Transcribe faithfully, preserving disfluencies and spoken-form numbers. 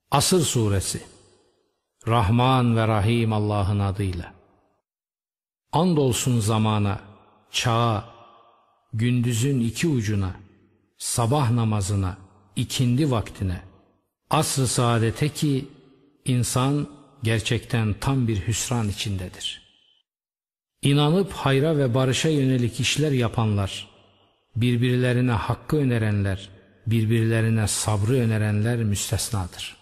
Asr Suresi. Rahman ve Rahim Allah'ın adıyla. Andolsun zamana, çağa, gündüzün iki ucuna, sabah namazına, ikindi vaktine, asr-ı saadete ki insan gerçekten tam bir hüsran içindedir. İnanıp hayra ve barışa yönelik işler yapanlar, birbirlerine hakkı önerenler, birbirlerine sabrı önerenler müstesnadır.